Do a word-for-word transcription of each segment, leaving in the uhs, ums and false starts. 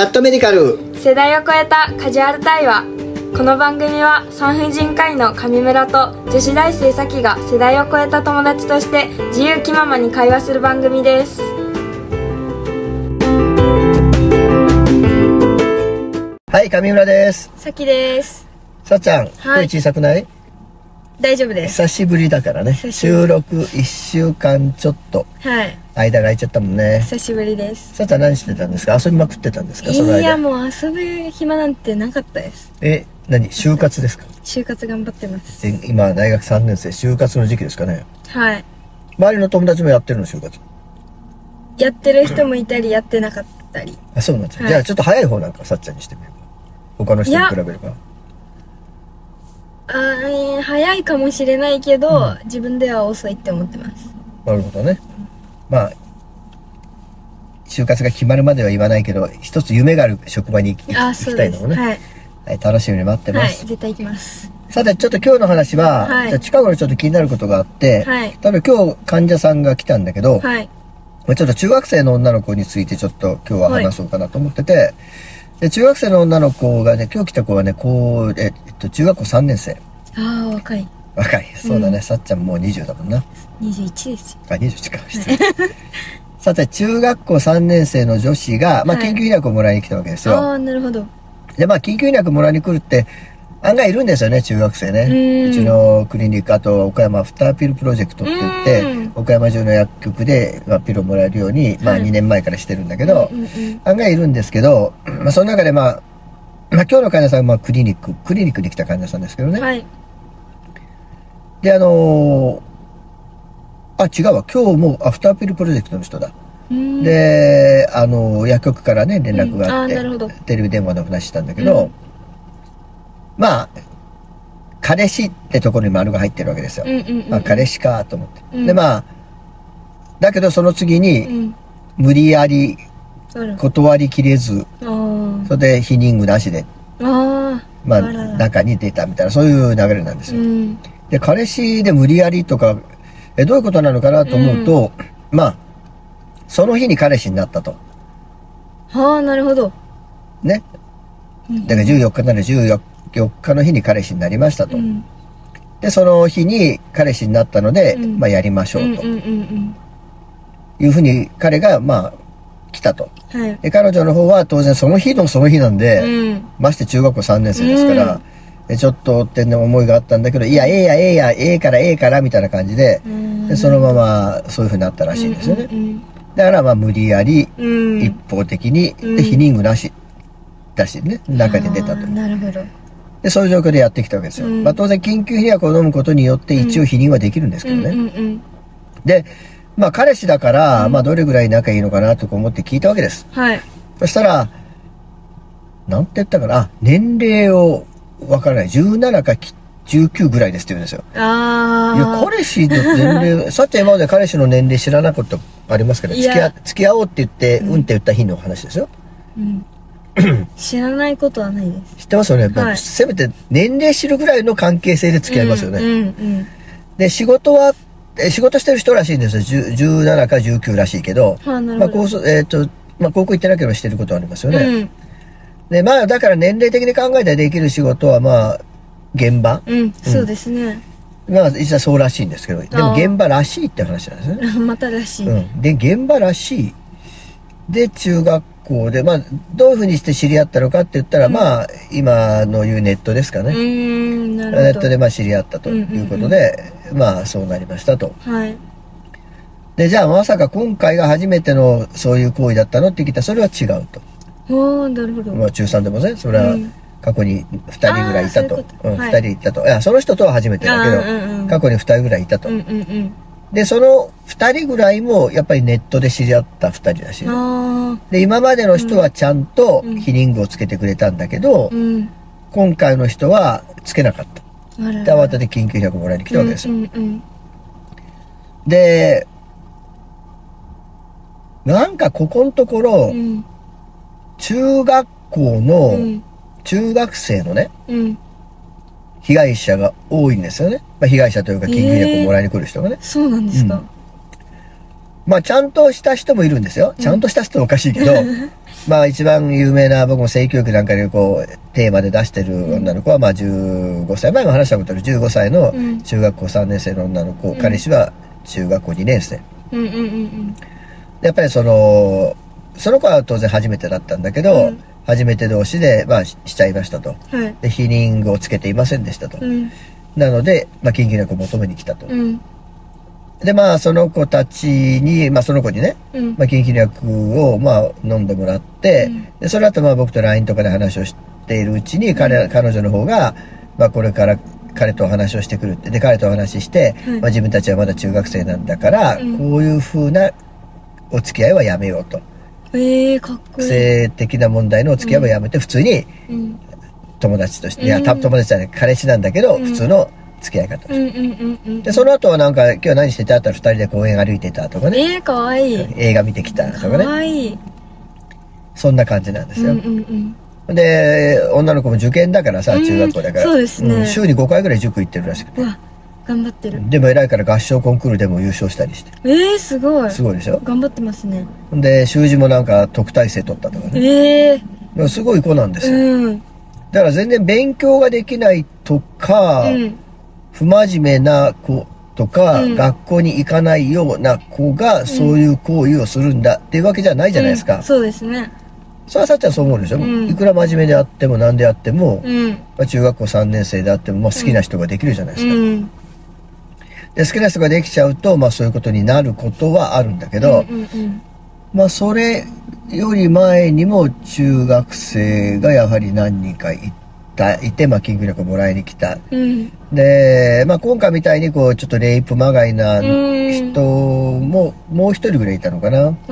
ャットメディカル世代を超えたカジュアル対話。この番組は産婦人科医の上村と女子大生咲が世代を超えた友達として自由気ままに会話する番組です。 はい、上村です。 咲です。 さっちゃん、 はい、 声小さくない？ 大丈夫です。 久しぶりだからね。収録いっしゅうかんちょっと間が空いちゃったもんね。 久しぶりです。 さっちゃん何してたんですか？遊びまくってたんですか？ いその間。 や、もう遊ぶ暇なんてなかったです。 え、何？就活ですか？ 就活頑張ってます。 で今大学さんねん生、就活の時期ですかね。 はい。 周りの友達もやってるの？就活やってる人もいたりやってなかったり。 あ、そうなんです、 はい、 じゃあちょっと早い方なんかさっちゃんにしてみるか。他の人に比べれば。 あー、早いかもしれないけど、うん、自分では遅いって思ってます。 なるほどね。まあ就活が決まるまでは言わないけど、一つ夢がある職場に行きたいのもね、はいはい、楽しみに待ってます。 はい、絶対行きます。 さてちょっと今日の話は、はい、じゃ近頃ちょっと気になることがあって、はい、多分今日患者さんが来たんだけど、はい、ちょっと中学生の女の子についてちょっと今日は話そうかなと思ってて、はい、で中学生の女の子がね、今日来た子はね、こう、えっと、中学校さんねん生。 ああ、若い。 若い。そうだね。うん、さっちゃんもうにじゅうだもんな。 にじゅういちですよ。 あ、にじゅういちか。失礼。さて、中学校さんねん生の女子が、まあ、緊急医薬をもらいに来たわけですよ。 ああ、なるほど。 で、まあ、緊急医薬もらいに来るって、案外いるんですよね、中学生ね。うちのクリニック、あと、岡山アフターピルプロジェクトって言って、岡山中の薬局で、まあ、ピルをもらえるように、まあ、にねんまえからしてるんだけど、案外いるんですけど、まあ、その中で、まあ、まあ、今日の患者さんは、まあ、クリニック、クリニックに来た患者さんですけどね。はい。で、あのー、あ、違うわ。今日もアフターピルプロジェクトの人だ。で、あのー、薬局からね、連絡があって、うん、テレビ電話の話したんだけど、うん、まあ、彼氏ってところに丸が入ってるわけですよ。まあ、彼氏かと思って。うん、で、まあ、だけどその次に、無理やり断りきれず、それで避妊具なしで、まあ、中に出たみたいな、そういう流れなんですよ。で、彼氏で無理やりとか、え、どういうことなのかなと思うと、うん、まあ、その日に彼氏になったと。 はあ、なるほど。 ね。だからじゅうよっかならじゅうよっかの日に彼氏になりましたと。うん、で、その日に彼氏になったので、うん、まあ、やりましょうと。いうふうに彼が、まあ、来たと。はい、で、彼女の方は当然その日のその日なんで、うん、まして中学校さんねん生ですから、うんちょっとってんの思いがあったんだけど、いや、ええや、ええや、ええから、ええから、みたいな感じで、でそのままそういうふうになったらしいんですよね。だから、まあ、無理やり、一方的に、で、避妊具なし、だしね、中に出たと。 なるほど。 で、そういう状況でやってきたわけですよ。まあ、当然、緊急避薬を飲むことによって、一応避妊はできるんですけどね。で、まあ、彼氏だから、まあ、どれぐらい仲いいのかな、とか思って聞いたわけです。はい。そしたら、なんて言ったかな、あ、年齢を、わからない。じゅうななかじゅうきゅうぐらいですって言うんですよ。ああ。いや、彼氏の年齢、さっちゃん今まで彼氏の年齢知らないことありますけど、付き合、付き合おうって言って、うん、うんって言った日の話ですよ。うん。 知らないことはないです。 知ってますよね。はい、せめて年齢知るぐらいの関係性で付き合いますよね。うん、うん、うん。で、仕事は、仕事してる人らしいんですよ。じゅうななかじゅうきゅうらしいけど。はあ、なるほど。まあ、高校、えっと、まあ、高校行ってなければしてることはありますよね。うんで、まあ、だから年齢的に考えたらできる仕事は、まあ、現場。 うん、うん、そうですね。 まあ、実際そうらしいんですけど、でも現場らしいって話なんですね。 またらしい。 うん。で、現場らしい。で、中学校で、まあ、どういうふうにして知り合ったのかって言ったら、うん、まあ、今の言うネットですかね。うん、なるほど。ネットでまあ知り合ったということで、まあ、そうなりましたと。はい。で、じゃあ、まさか今回が初めてのそういう行為だったのって聞いたら、それは違うと。 おー、なるほど。 まあ中さんでもね、それは過去にふたりぐらいいたと。うん、ふたりいたと。いや、その人とは初めてだけど、過去にふたりぐらいいたと。で、そのふたりぐらいもやっぱりネットで知り合ったふたりらしい。で、今までの人はちゃんと避妊具をつけてくれたんだけど、今回の人はつけなかった。で、慌てて緊急医薬もらいに来たわけですよ。で、なんかここのところ、中学校の、うん、中学生のね、うん、被害者が多いんですよね。まあ、被害者というか緊急医薬をもらいに来る人がね。 えー、そうなんですか。うん、 まあちゃんとした人もいるんですよ。ちゃんとした人はおかしいけど、 まあ一番有名な僕も性教育なんかでこうテーマで出してる女の子はまあじゅうごさい、前も話したことあるじゅうごさいの中学校さんねん生の女の子、うん、彼氏は中学校にねん生、うんうんうんうん、やっぱりそのその子は当然初めてだったんだけど、うん、初めて同士でまあ し, しちゃいましたと、はい、で避妊をつけていませんでしたと、うん、なので、まあ、緊急薬を求めに来たと、うん、でまあその子たちに、まあ、その子にね、うん、まあ、緊急薬をまあ飲んでもらって、うん、でその後まあ僕と ライン とかで話をしているうちに彼、うん、彼女の方が、まあ、これから彼とお話をしてくるって、で彼とお話しして、はい、まあ、自分たちはまだ中学生なんだから、うん、こういう風なお付き合いはやめようと、 えー、かっこいい。 性的な問題のお付き合いはやめて、うん、普通に友達として、うん、いや友達じゃない彼氏なんだけど、うん、普通の付き合い方をして、でその後はなんか今日何してたって言ったらふたりで公園歩いてたとかね、 えー、かわいい、 映画見てきたとかね、 かわいい、 そんな感じなんですよ、うんうんうん、で女の子も受験だからさ、中学校だから、 そうですね、うん、 週にごかいぐらい塾行ってるらしくて、 うわ頑張ってる。 でも偉いから合唱コンクールでも優勝したりして、 えー、すごい、 すごいでしょ、 頑張ってますね。 で習字もなんか特待生取ったとかね、 えー、 すごい子なんですよ、うん、だから全然勉強ができないとか、うん、不真面目な子とか、うん、学校に行かないような子がそういう行為をするんだっていうわけじゃないじゃないですか、 うん、そうですね。 それはさっちゃんそう思うでしょ、うん、いくら真面目であっても何であっても、うん、まあ、中学校さんねん生であっても、まあ、好きな人ができるじゃないですか、うん、で好きな人ができちゃうと、まあ、そういうことになることはあるんだけど、うんうんうん、まあそれより前にも中学生がやはり何人かいたいて、まあ、緊急薬をもらいに来た、うん、で、まあ、今回みたいにこうちょっとレイプまがいな人ももう一人ぐらいいたのかな、うん、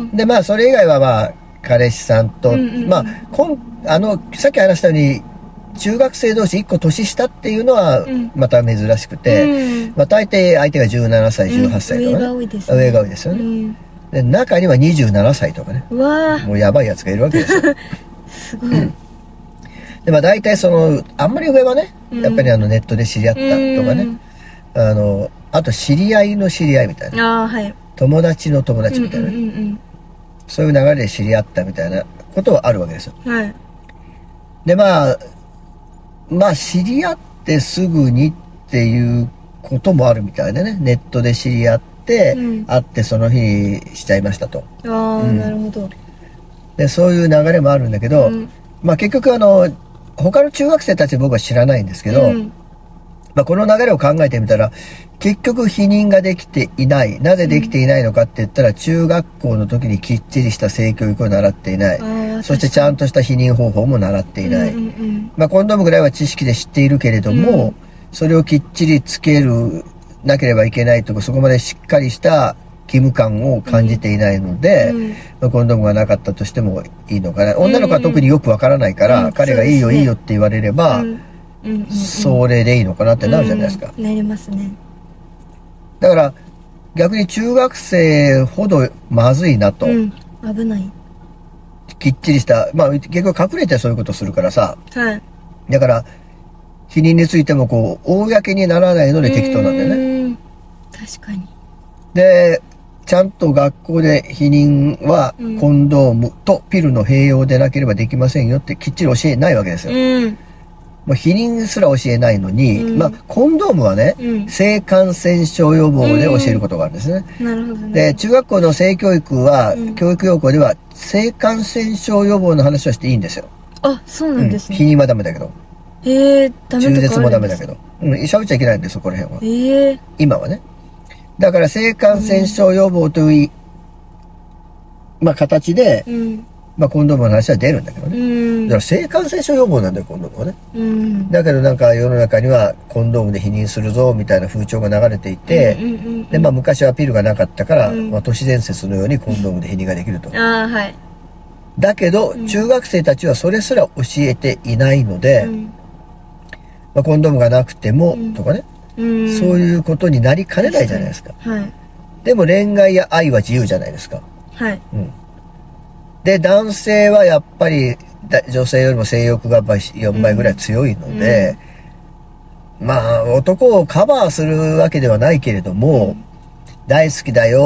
でまあそれ以外はまあ彼氏さんと、うんうんうん、まあこんあのさっき話したように中学生同士いっこ年下っていうのはまた珍しくて、うん、まあ、大抵相手がじゅうななさいじゅうはっさいとかね、うん、上が多いですね、上が多いですよね、うん、で中にはにじゅうななさいとかね、うわもうやばいやつがいるわけですよすごい、うん、 でまあ大体そのあんまり上はねやっぱりあのネットで知り合ったとかね、うん、あのあと知り合いの知り合いみたいな、あ、はい、友達の友達みたいな、うんうんうんうん、そういう流れで知り合ったみたいなことはあるわけですよ、はい、でまあまあ知り合ってすぐにっていうこともあるみたいでね、ネットで知り合って、うん、会ってその日にしちゃいましたと、ああ、うん、なるほど、でそういう流れもあるんだけど、うん、まあ結局あの他の中学生たち僕は知らないんですけど、うん、まあこの流れを考えてみたら結局避妊ができていない、なぜできていないのかって言ったら、うん、中学校の時にきっちりした性教育を習っていない、そしてちゃんとした避妊方法も習っていない、うんうんうん、まあコンドームぐらいは知識で知っているけれども、うん、それをきっちりつけるなければいけないとか、そこまでしっかりした義務感を感じていないので、うん、まあ、コンドームがなかったとしてもいいのかな、女の子は特によくわからないから、うん、彼がいいよいいよって言われれば、うんうんうんうん、それでいいのかなってなるじゃないですか、 うん、なりますね。 だから逆に中学生ほどまずいなと、うん、 危ない、 きっちりした、まあ結局隠れてそういうことするからさ、はい、だから避妊についてもこう公にならないので適当なんだよね。 確かに。でちゃんと学校で避妊はコンドームとピルの併用でなければできませんよってきっちり教えないわけですよ。うん、もう避妊すら教えないのに、うん、まあコンドームはね、うん、性感染症予防で教えることがあるんですね。うん、なるほどね。で中学校の性教育は、うん、教育要項では性感染症予防の話はしていいんですよ。 あ、そうなんですね。 うん、避妊はダメだけど。 へえ、ダメとかあるんですか？中絶もダメだけど、うん、喋っちゃいけないんですそこら辺は。 へえ。 今はね。だから性感染症予防という、うん、まあ形で、うん、まあコンドームの話は出るんだけどね。うん、だから性感染症予防なんだよコンドームはね。うん、だけどなんか世の中にはコンドームで避妊するぞみたいな風潮が流れていて、でまあ昔はピルがなかったから、うん、まあ都市伝説のようにコンドームで避妊ができると。あ、はい。だけど、うん、中学生たちはそれすら教えていないので、うん、まあ、コンドームがなくても、うん、とかね、うん、そういうことになりかねないじゃないですか。はい、でも恋愛や愛は自由じゃないですか。はい、うん、で男性はやっぱり女性よりも性欲がよんばいぐらい強いので、うん、まあ男をカバーするわけではないけれども、うん、大好きだよっ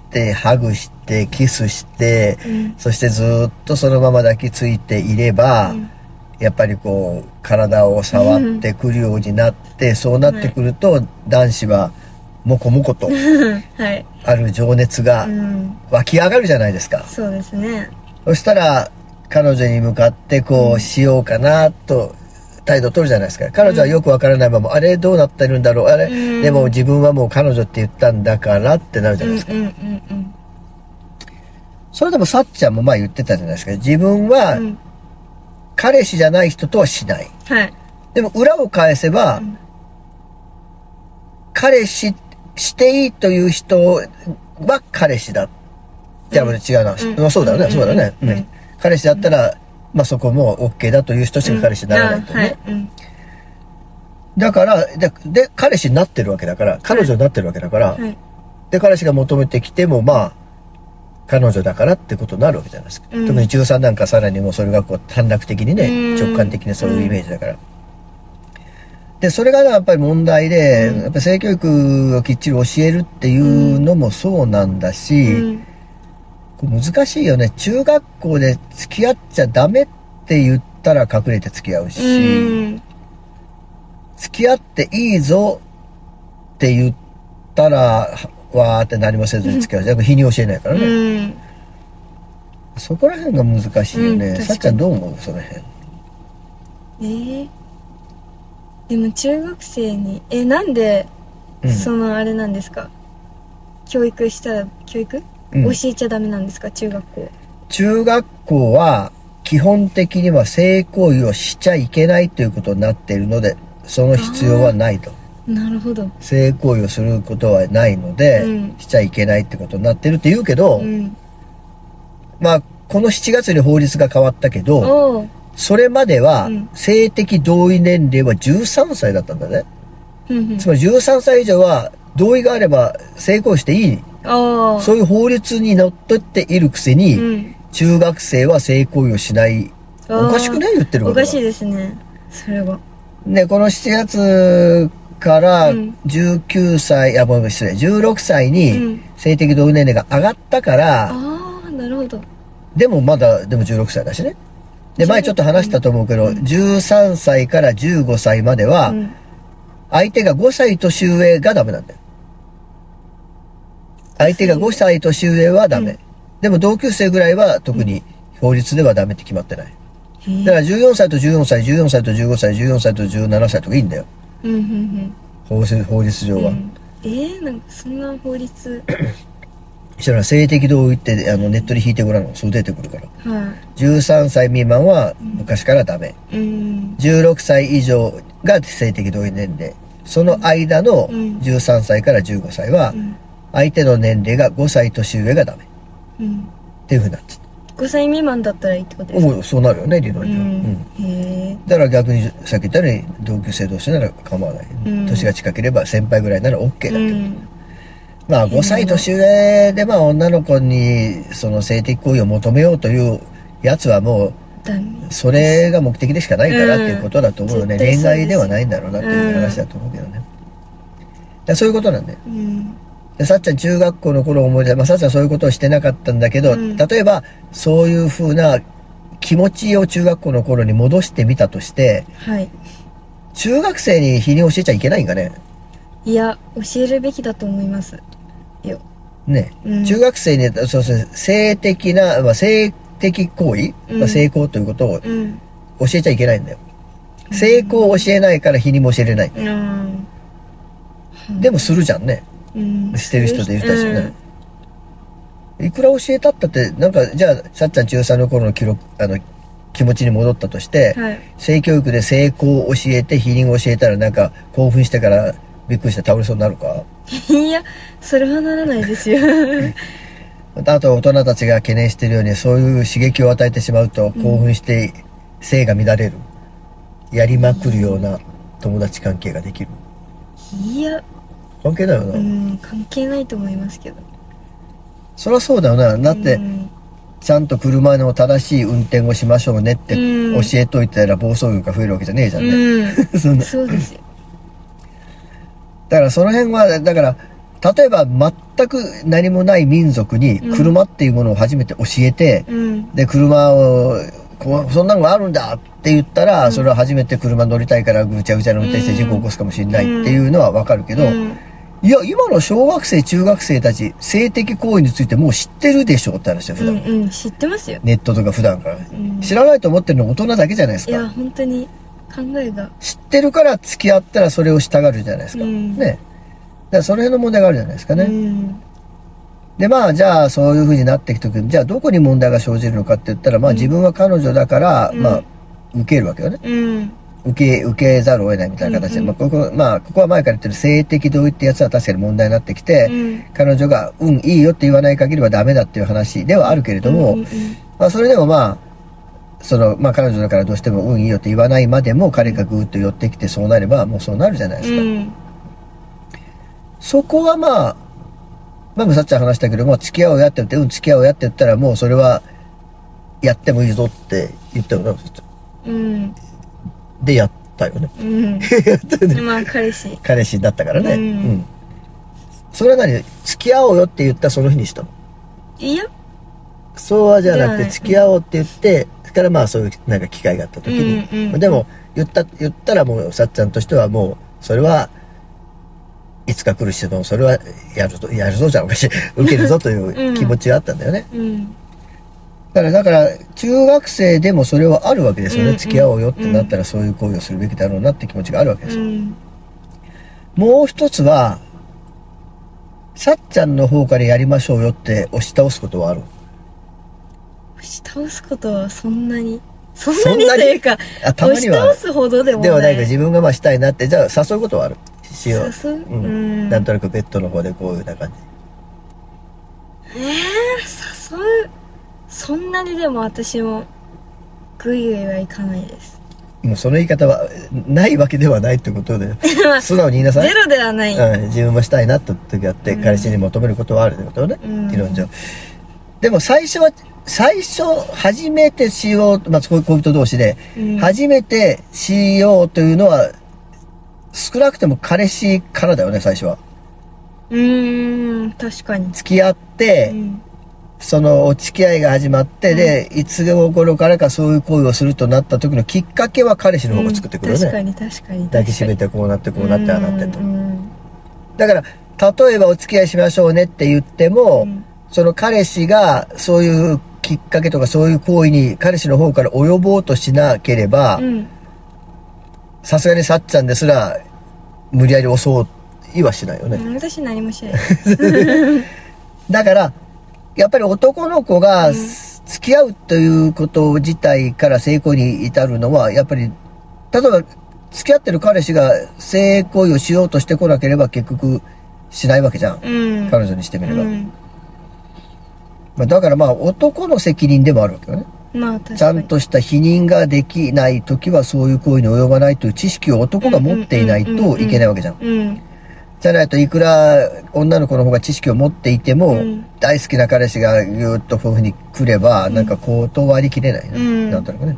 ってハグしてキスして、 うん、 そしてずっとそのまま抱きついていれば、うん、やっぱりこう体を触ってくるようになって、うん、そうなってくると、はい、男子はもこもことある情熱が湧き上がるじゃないですか、 うん、そうですね。 そしたら彼女に向かってこうしようかなと態度を取るじゃないですか。彼女はよくわからないまま、うん、あれどうなってるんだろう、あれ、うん、でも自分はもう彼女って言ったんだからってなるじゃないですか。それでもさっちゃんも前言ってたじゃないですか。自分は彼氏じゃない人とはしない、 はい、 でも裏を返せば、うん、彼氏していいという人は彼氏だ。じゃあ、うん、違うな、うん、そうだよね、うん、そうだよね、うんうん、彼氏だったら、まあそこも OK だという人しか彼氏にならないとね、うんはいうん、だからでで彼氏になってるわけだから、彼女になってるわけだから、はい、で彼氏が求めてきてもまあ彼女だからってことになるわけじゃないですか、うん、特にじゅうさんなんかさらにもうそれがこう短絡的にね、うん、直感的にそういうイメージだから、うん、でそれが、ね、やっぱり問題で、うん、やっぱり性教育をきっちり教えるっていうのもそうなんだし、うん難しいよね。中学校で付き合っちゃダメって言ったら隠れて付き合うし、うん、付き合っていいぞって言ったら、わーって何もせずに付き合う。じゃ日に教えないからね、うん。そこら辺が難しいよね。うん、さっちゃんどう思うその辺。 えー、でも中学生に、え、なんで、そのあれなんですか、うん、教育したら、教育教えちゃダメなんですか、うん、中学校。 中学校は基本的には性行為をしちゃいけないということになっているので、その必要はないと。 なるほど。 性行為をすることはないので、うん、しちゃいけないってことになってるって言うけど、うん、まあこのしちがつに法律が変わったけど、それまでは性的同意年齢はじゅうさんさいだったんだね、うん、つまりじゅうさんさい以上は同意があれば性行為していい、そういう法律にのっとっているくせに、うん、中学生は性行為をしない。おかしくない言ってることが。 おかしいですね、それは。 で、このしちがつからじゅうきゅうさい、うん、あ、もう失礼、じゅうろくさいに性的同意年齢が上がったから、 うん、ああ、なるほど。 でもまだ、でもじゅうろくさいだしね。で、前ちょっと話したと思うけど、うん、じゅうさんさいからじゅうごさいまでは、うん、相手がごさい年上がダメなんだよ。相手がごさい年上はダメ、うん、でも同級生ぐらいは特に法律ではダメって決まってない、うん、だからじゅうよんさいとじゅうよんさい、じゅうよんさいとじゅうごさい、じゅうよんさいとじゅうななさいとかいいんだよ、うんうんうん、法律、法律上は、うん、 えー、なんかそんな法律したら性的同意ってあのネットで引いてごらんの、そう出てくるから、 はい、 じゅうさんさい未満は昔からダメ、うん、じゅうろくさい以上が性的同意年齢、その間のじゅうさんさいからじゅうごさいは、うん相手の年齢がごさい年上がダメ、うん、っていうふうになってごさい未満だったらいいってことですか。 おそうなるよね、理論上、うんうん、へだから逆にさっき言ったように同級生同士なら構わない、うん、年が近ければ先輩ぐらいなら OK だけど、うん、まあごさい年上でまあ女の子にその性的行為を求めようというやつはもうそれが目的でしかないからっていうことだと思うよね、うん、恋愛ではないんだろうなっていう話だと思うけどね、うん、そういうことなんだよ、うんさっちゃん中学校の頃思い出、まあ、さっちゃんそういうことをしてなかったんだけど、うん、例えばそういうふうな気持ちを中学校の頃に戻してみたとして、はい、中学生に日に教えちゃいけないんかね。 いや教えるべきだと思いますよね、うん、中学生にそうそう性的な、まあ、性的行為、うんまあ、性交ということを教えちゃいけないんだよ、うん、性交を教えないから日にも教えれない、うんうん、でもするじゃんね、うん、してる人でいたしね、うん、いくら教えたったってなんかじゃあさっちゃん中さんの頃の記録あの気持ちに戻ったとして、はい、性教育で性交を教えて避妊を教えたらなんか興奮してからびっくりして倒れそうになるか。 いやそれはならないですよあと大人たちが懸念しているようにそういう刺激を与えてしまうと興奮して性が乱れる、うん、やりまくるような友達関係ができる。 いや関係ないよな。 うん関係ないと思いますけど。そりゃそうだよな。だって、うん、ちゃんと車の正しい運転をしましょうねって教えといたら暴走族が増えるわけじゃねえじゃんね、うん、 そんなそうですよ。 だからその辺はだから例えば全く何もない民族に車っていうものを初めて教えて、うん、で、車を、こう、そんなのがあるんだって言ったら、うん、それは初めて車乗りたいからぐちゃぐちゃに運転して事故を起こすかもしれないっていうのはわかるけど、うん、いや、今の小学生、中学生たち、性的行為についてもう知ってるでしょって話だよ、普段。 うんうん、知ってますよ。 ネットとか普段から。うん、知らないと思ってるのは大人だけじゃないですか。 いや、本当に考えが。 知ってるから付き合ったらそれをしたがるじゃないですか。うん、ね。だからその辺の問題があるじゃないですかね。うん、で、まあ、じゃあ、そういう風になっていくときに、じゃあ、どこに問題が生じるのかって言ったら、まあ、自分は彼女だから、うん、まあ、受けるわけよね。うん、受け、受けざるを得ないみたいな形で、うんうん、まあ、ここ、まあ、ここは前から言ってる性的同意ってやつは確かに問題になってきて、うん、彼女が、うん、いいよって言わない限りはダメだっていう話ではあるけれども、うんうんうん、まあ、それでもまあ、その、まあ、彼女だからどうしても、うん、いいよって言わないまでも、彼がぐーっと寄ってきて、そうなれば、もうそうなるじゃないですか。うん、そこはまあ、まあ、さっちゃん話したけど、まあ、付き合おうやって言って、うん、付き合おうやって言ったら、もうそれは、やってもいいぞって言ったよな、うん。で、やったよね。うん。やったよね。 まあ、彼氏。 彼氏だったからね。うん。うん、それは何付き合おうよって言ったその日にしたの？ いや。 そうはじゃなくて、付き合おうって言って、それからまあ、そういう、なんか機会があった時に。うんうんうん、でも、言った、言ったらもう、さっちゃんとしてはもう、それは、いつか来るしの、それはやるぞ、やるぞじゃん、おかしい。受けるぞという気持ちがあったんだよね。うん、だから、だから、中学生でもそれはあるわけですよね。うんうん、付き合おうよってなったらそういう行為をするべきだろうなって気持ちがあるわけですよ。うん、もう一つは、さっちゃんの方からやりましょうよって押し倒すことはある？ 押し倒すことはそんなに。そんなにというか、あ、たまには押し倒すほどでもない。 でもなんか自分がまあしたいなって、じゃあ誘うことはある？しよう。 誘う、 うん、うん。なんとなくベッドの方でこういうような感じ。ええー、誘う。そんなにでも私も、ぐいぐいはいかないです。 もうその言い方は、ないわけではないってことで、素直に言いなさい。 ゼロではない。 うん、自分もしたいなって時あって、うん、彼氏に求めることはあるってことね。うん、理論上。でも最初は、最初、初めてしよう、まあ、恋人同士で、うん、初めてしようというのは、少なくても彼氏からだよね、最初は。 うーん、確かに。 付き合って、うん、そのお付き合いが始まって、うん、で、いつ頃からかそういう行為をするとなった時のきっかけは彼氏の方が作ってくるよね。 うん、確かに確かに。 抱きしめてこうなってこうなってああなってと。だから、例えばお付き合いしましょうねって言っても、うん、その彼氏がそういうきっかけとかそういう行為に彼氏の方から及ぼうとしなければ、うんさすがにさっちゃんですら、無理やり襲いはしないよね。 うん、私何もしない。 だから、やっぱり男の子が付き合うということ自体から成功に至るのは、やっぱり、例えば、付き合ってる彼氏が性行為をしようとしてこなければ結局しないわけじゃん。うん、彼女にしてみれば。うん、まあだからまあ男の責任でもあるわけよね。まあ、ちゃんとした否認ができないときはそういう行為に及ばないという知識を男が持っていないといけないわけじゃん。じゃないといくら女の子の方が知識を持っていても、うん、大好きな彼氏がぎゅーっとこういうふうに来れば、うん、なんか断りきれないね。うん、なんとなくね。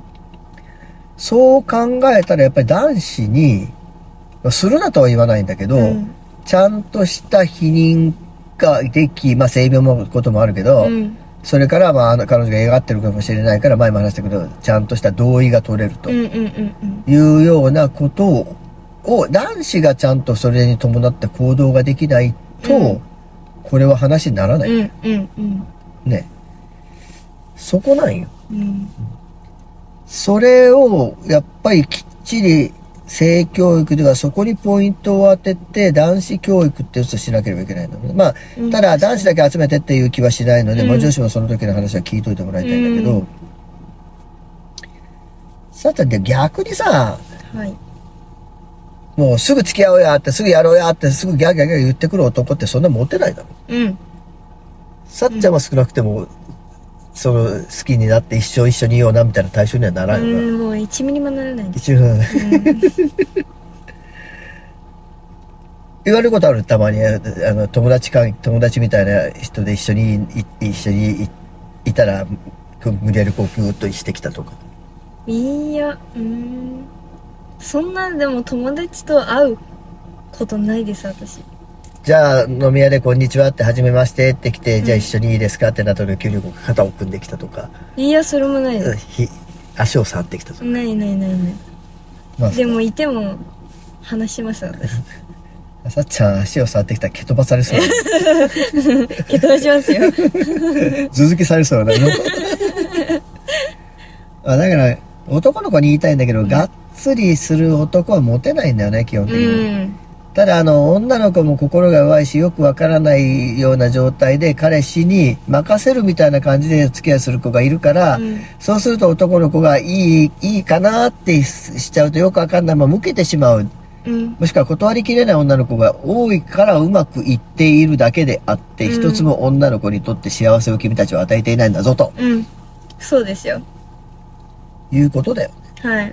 そう考えたらやっぱり男子に、するなとは言わないんだけど、うん、ちゃんとした否認ができ、まあ性病のこともあるけど、うんそれから、まあ、彼女が嫌がってるかもしれないから、前も話したけど、ちゃんとした同意が取れるというようなことを、を男子がちゃんとそれに伴って行動ができないと、うん、これは話にならない。うんうんうん、ね。そこなんよ。うん、それを、やっぱりきっちり、性教育ではそこにポイントを当てて男子教育ってやつをしなければいけないので、まあ、ただ男子だけ集めてっていう気はしないので、うん、まあ女子もその時の話は聞いといてもらいたいんだけど、うん、さてで逆にさ、はい、もうすぐ付き合おうやってすぐやろうやってすぐギャーギャーギャー言ってくる男ってそんなモテないだろ。うん。さっちゃんは少なくても、その好きになって一生一緒にいようなみたいな対象にはならないよな。 うんもう一ミリもならないんです。 一ミリもならない。言われることあるたまにあの友達か友達みたいな人で一緒にい一緒に い, いたら無理やりこうギューッとしてきたとか。 いやうんそんなでも友達と会うことないです私。 じゃあ飲み屋でこんにちはって初めましてって来て、うん、じゃあ一緒にいいですかってなった時急に肩を組んできたとか。 いや、それもないです。 足を触ってきたとか。 ないないないない。まあ、でもいても話します私。 さっちゃん足を触ってきたら蹴飛ばされそう。 蹴飛ばしますよ。 続きされそうなの。あ、だから男の子に言いたいんだけど、うん、がっつりする男はモテないんだよね、基本的に。うん、ただあの女の子も心が弱いしよくわからないような状態で彼氏に任せるみたいな感じでお付き合いする子がいるから、うん、そうすると男の子がいいいいかなってしちゃうとよくわかんないまま向けてしまう、うん、もしくは断りきれない女の子が多いからうまくいっているだけであって、うん、一つも女の子にとって幸せを君たちは与えていないんだぞと、 うん、そうですよ、 いうことだよね。 はい。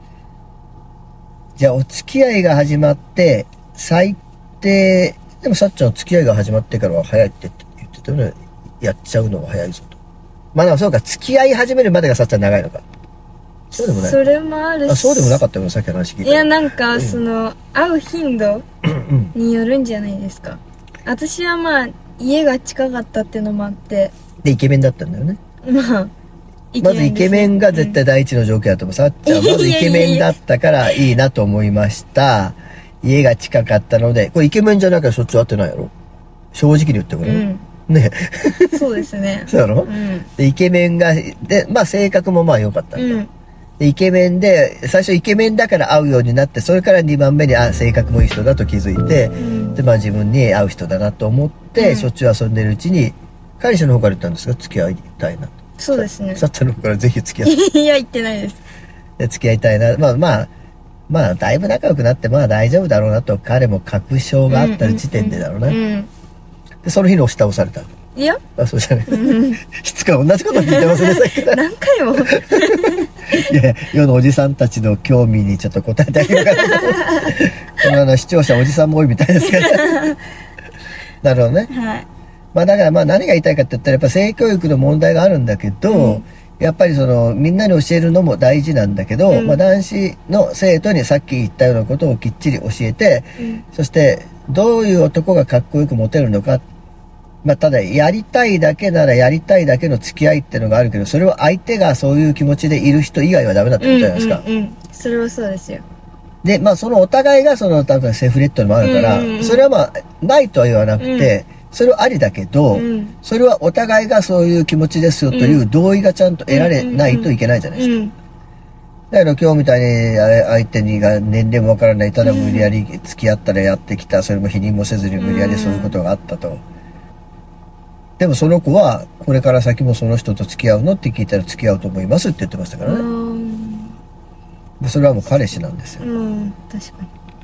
じゃあお付き合いが始まって最低、でもさっちゃん付き合いが始まってからは早いって言ってたよね。やっちゃうのは早いぞと。まあでもそうか、付き合い始めるまでがさっちゃん長いのか。そうでもない。 それもあるし。 あ、そうでもなかったよ、さっきの話聞いた。 いや、なんか、うん、その、会う頻度によるんじゃないですか。私はまあ、家が近かったっていうのもあって。 で、イケメンだったんだよね。 まあ。 まずイケメンが絶対第一の条件だと思う。さっちゃん、まずイケメンだったからいいなと思いました。家が近かったので、これイケメンじゃなきゃしょっちゅう会ってないやろ、正直に言ってくれ、うん、ね。 そうですね。 そうやろ、うん、でイケメンが、で、まあ性格もまあ良かったんだ、うん、でイケメンで、最初イケメンだから会うようになって、それからにばんめに、あ、性格もいい人だと気づいて、うん、で、まあ自分に会う人だなと思って、うん、しょっちゅう遊んでるうちに、彼氏の方から言ったんですか、付き合いたいなと。 そうですね。 さっちゃんの方からぜひ付き合って。 いや、言ってないです。 で、付き合いたいな。まあまあ、まあ、だいぶ仲良くなって、まあ大丈夫だろうなと、彼も確証があった時点でだろうな。うんうんうん、で、その日の押し倒された。 いや。 あ、そうじゃない。うん、しつこい、同じこと聞いてますね、さっきから。 何回も。 いやいや、世のおじさんたちの興味にちょっと答えてあげようかなと。このあの、視聴者おじさんも多いみたいですから。なるほどね。はい。まあだからまあ何が言いたいかって言ったらやっぱ性教育の問題があるんだけど、うん、やっぱりそのみんなに教えるのも大事なんだけど、うん、まあ男子の生徒にさっき言ったようなことをきっちり教えて、うん、そしてどういう男がかっこよくモテるのか、まあただやりたいだけならやりたいだけの付き合いっていうのがあるけど、それは相手がそういう気持ちでいる人以外はダメだってことじゃないですか。 うんうんうん、それはそうですよ。 で、まあそのお互いがその多分セーフレットもあるから、うんうんうん、それはまあないとは言わなくて、うん、それはありだけど、うん、それはお互いがそういう気持ちですよという同意がちゃんと得られないといけないじゃないですか。うんうんうん、だから今日みたいに相手にが年齢もわからない、ただ無理やり付き合ったらやってきた、それも否認もせずに無理やりそういうことがあったと。でもその子はこれから先もその人と付き合うのって聞いたら付き合うと思いますって言ってましたからね。それはもう彼氏なんですよ。 うん、確かに。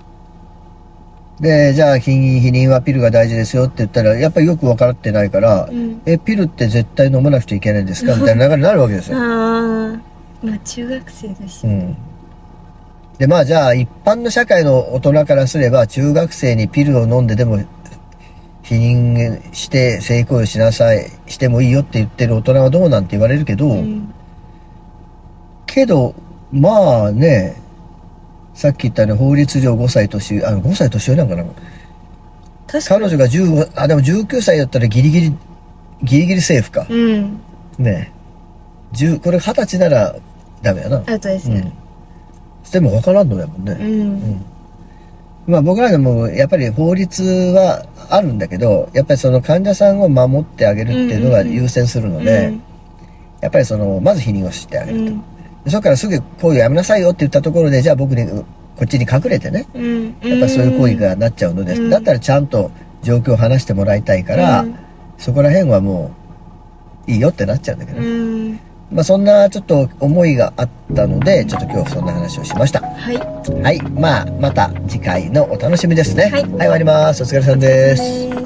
で、じゃあ避妊、避妊はピルが大事ですよって言ったら、やっぱりよく分かってないから、うん、え、ピルって絶対飲まなくちゃいけないんですかみたいな流れになるわけですよ。 ああ、まあ中学生だし。うん。 で、まあじゃあ一般の社会の大人からすれば、中学生にピルを飲んででも、避妊して性行為しなさい、してもいいよって言ってる大人はどうなんて言われるけど、うん、けど、まあね、さっき言ったね、法律上ごさい年上、あのごさい年上なんかな。確かに。彼女がじゅうご、あ、でもじゅうきゅうさいだったらギリギリ、ギリギリセーフか。うん。ねえ。じゅう、これはたちならダメやな。 アウトですね。 うん。でも分からんのやもんね。うん。うん。まあ僕らでもやっぱり法律はあるんだけど、やっぱりその患者さんを守ってあげるっていうのが優先するので、うん、やっぱりその、まず否認をしてあげると。うん、そこからすぐ行為やめなさいよって言ったところで、じゃあ僕にこっちに隠れてね、うん、やっぱりそういう行為がなっちゃうので、うん、だったらちゃんと状況を話してもらいたいから、うん、そこら辺はもういいよってなっちゃうんだけど、ね、うん、まあそんなちょっと思いがあったので、ちょっと今日そんな話をしました。はい。はい。まあまた次回のお楽しみですね。はい。はい、終わります。お疲れさんです。